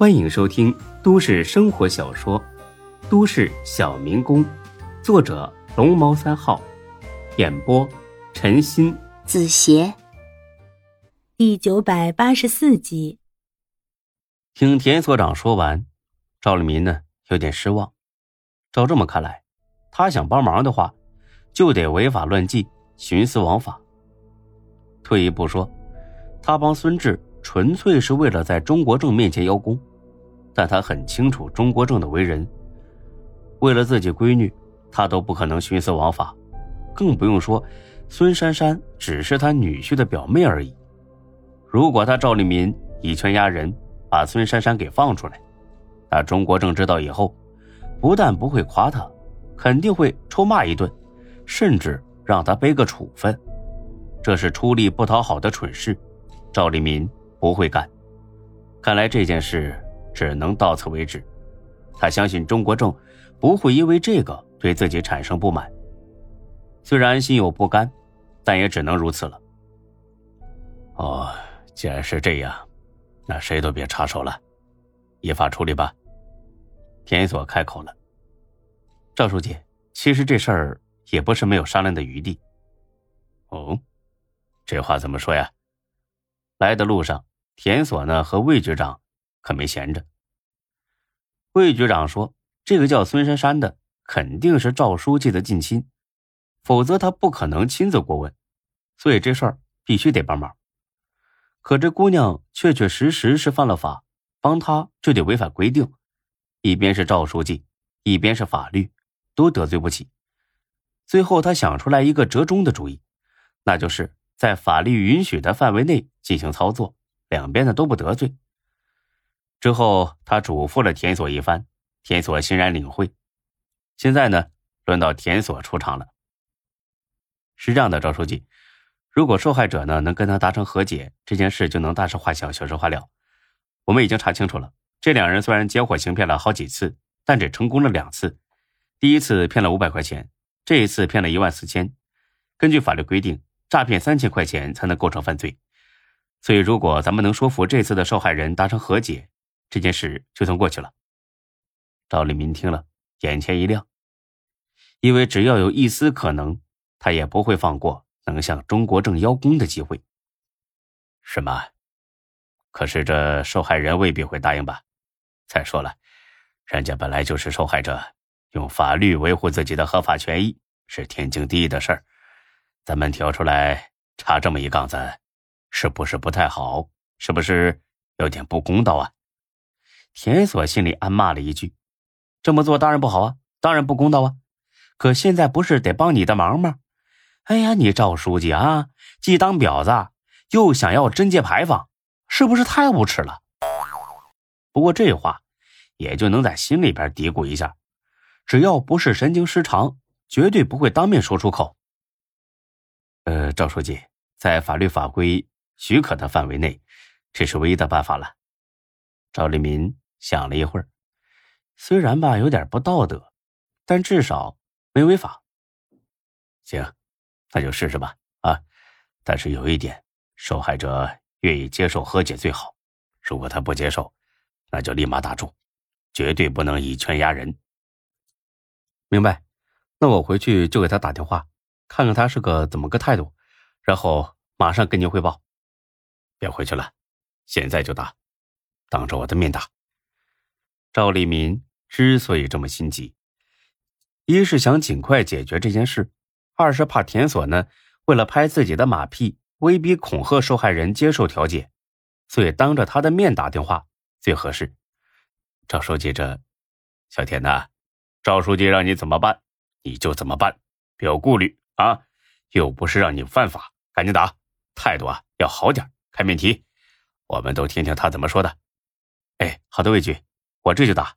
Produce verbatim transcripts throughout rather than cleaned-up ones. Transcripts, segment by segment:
欢迎收听都市生活小说《都市小民工》，作者龙猫三号，演播陈鑫、 子邪。 第九百八十四集。 听田所长说完，赵立民呢有点失望。照这么看来，他想帮忙的话，就得违法乱纪，徇私枉法。退一步说，他帮孙志纯粹是为了在钟国正面前邀功，但他很清楚钟国正的为人，为了自己闺女，他都不可能徇私枉法，更不用说孙珊珊只是他女婿的表妹而已。如果他赵立民以权压人，把孙珊珊给放出来，那钟国正知道以后，不但不会夸他，肯定会臭骂一顿，甚至让他背个处分。这是出力不讨好的蠢事，赵立民不会干。看来这件事只能到此为止。他相信钟国正不会因为这个对自己产生不满，虽然心有不甘，但也只能如此了。哦，既然是这样，那谁都别插手了，依法处理吧。田所开口了。赵书记，其实这事儿也不是没有商量的余地。哦，这话怎么说呀？来的路上，田所呢和魏局长可没闲着。魏局长说，这个叫孙珊珊的肯定是赵书记的近亲，否则他不可能亲自过问，所以这事儿必须得帮忙。可这姑娘确确实实是犯了法，帮她就得违反规定，一边是赵书记，一边是法律，都得罪不起。最后他想出来一个折中的主意，那就是在法律允许的范围内进行操作，两边的都不得罪。之后他嘱咐了田所一番，田所欣然领会。现在呢，轮到田所出场了。是这样的，赵书记，如果受害者呢能跟他达成和解，这件事就能大事化小，小事化了。我们已经查清楚了，这两人虽然结伙行骗了好几次，但只成功了两次。第一次骗了五百块钱，这一次骗了一万四千。根据法律规定，诈骗三千块钱才能构成犯罪。所以如果咱们能说服这次的受害人达成和解，这件事就算过去了。赵立民听了，眼前一亮，因为只要有一丝可能，他也不会放过能向钟国正邀功的机会。是吗？可是这受害人未必会答应吧？再说了，人家本来就是受害者，用法律维护自己的合法权益是天经地义的事儿。咱们挑出来插这么一杠子，是不是不太好？是不是有点不公道啊？田所心里暗骂了一句，这么做当然不好啊，当然不公道啊。可现在不是得帮你的忙吗？哎呀，你赵书记啊，既当婊子又想要贞节牌坊，是不是太无耻了？不过这话也就能在心里边嘀咕一下，只要不是神经失常，绝对不会当面说出口。呃，赵书记，在法律法规许可的范围内，这是唯一的办法了。赵立民想了一会儿，虽然吧有点不道德，但至少没违法。行，那就试试吧啊！但是有一点，受害者愿意接受和解最好，如果他不接受，那就立马打住，绝对不能以权压人。明白，那我回去就给他打电话，看看他是个怎么个态度，然后马上跟您汇报。别回去了，现在就打，当着我的面打。赵立民之所以这么心急，一是想尽快解决这件事，二是怕田所呢为了拍自己的马屁，威逼恐吓受害人接受调解，所以当着他的面打电话最合适。赵书记，这小田呐，赵书记让你怎么办你就怎么办，别有顾虑啊，又不是让你犯法，赶紧打，态度啊要好点，开免提，我们都听听他怎么说的。哎，好的，魏局，我这就打。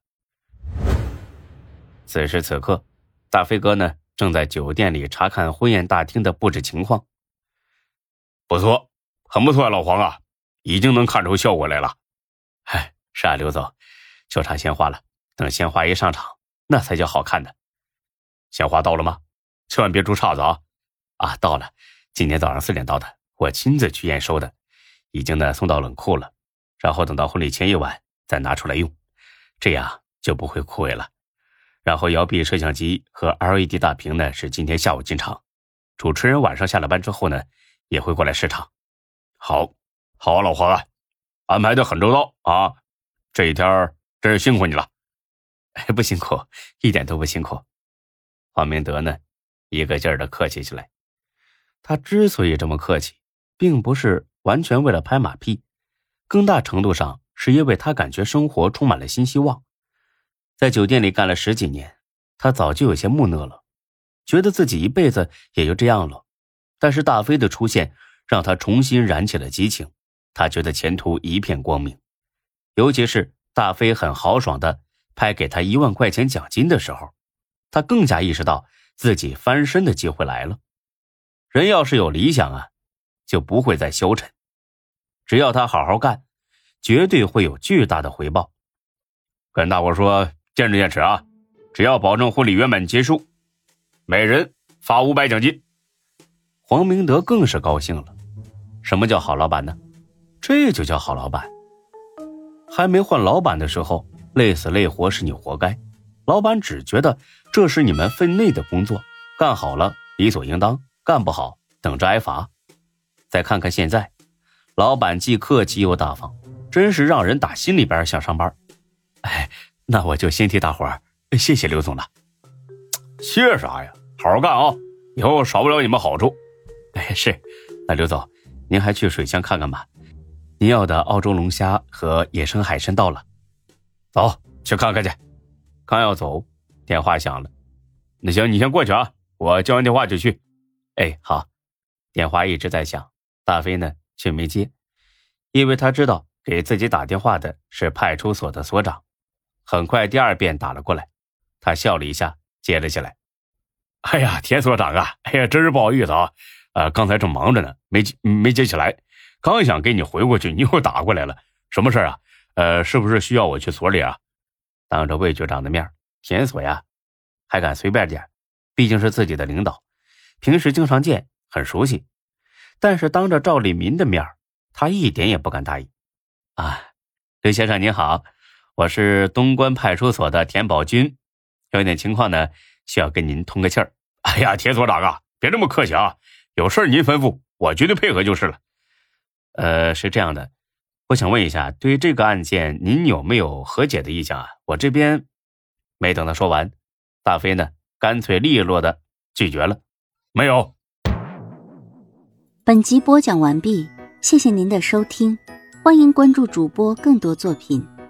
此时此刻，大飞哥呢正在酒店里查看婚宴大厅的布置情况。 不错，很不错啊，老黄啊，已经能看出效果来了。 哎，是啊，刘总，就差鲜花了，等鲜花一上场，那才叫好看的。 鲜花到了吗？千万别出岔子啊！ 啊，到了，今天早上四点到的，我亲自去验收的，已经呢送到冷库了，然后等到婚礼前一晚再再拿出来用，这样就不会枯萎了。然后摇臂摄像机和 L E D 大屏呢是今天下午进场，主持人晚上下了班之后呢也会过来试场。 好，好啊，老黄啊，安排得很周到啊，这一天真是辛苦你了。 哎，不辛苦，一点都不辛苦。黄明德呢一个劲儿的客气起来。他之所以这么客气，并不是完全为了拍马屁，更大程度上是因为他感觉生活充满了新希望。在酒店里干了十几年，他早就有些木讷了，觉得自己一辈子也就这样了。但是大飞的出现让他重新燃起了激情，他觉得前途一片光明。尤其是大飞很豪爽的拍给他一万块钱奖金的时候，他更加意识到自己翻身的机会来了。人要是有理想啊，就不会再消沉，只要他好好干，绝对会有巨大的回报。 跟大伙说见识见识啊，只要保证婚礼圆满结束，每人发五百奖金。 黄明德更是高兴了。什么叫好老板呢？这就叫好老板。还没换老板的时候，累死累活是你活该，老板只觉得这是你们分内的工作，干好了理所应当，干不好等着挨罚。再看看现在，老板既客气又大方，真是让人打心里边想上班。哎，那我就先替大伙儿谢谢刘总了。 谢啥呀，好好干啊，以后少不了你们好处。 哎，是，那刘总您还去水乡看看吧，您要的澳洲龙虾和野生海参到了。 走，去看看去。 刚要走，电话响了。 那行，你先过去啊，我接完电话就去。 哎，好。电话一直在响，大飞呢却没接，因为他知道给自己打电话的是派出所的所长。很快第二遍打了过来，他笑了一下接了起来。 哎呀，田所长啊，哎呀，真是不好意思啊，呃，刚才正忙着呢，没没接起来，刚想给你回过去，你又打过来了，什么事啊？呃，是不是需要我去所里啊？ 当着魏局长的面，田所呀还敢随便点，毕竟是自己的领导，平时经常见，很熟悉。但是当着赵立民的面，他一点也不敢大意。啊，刘先生您好，我是东关派出所的田宝军，有点情况呢，需要跟您通个气儿。 哎呀，田所长啊，别这么客气啊，有事您吩咐，我绝对配合就是了。 呃，是这样的，我想问一下，对于这个案件，您有没有和解的意向啊？我这边没等他说完，大飞呢，干脆利落的拒绝了， 没有。 本集播讲完毕，谢谢您的收听，欢迎关注主播更多作品。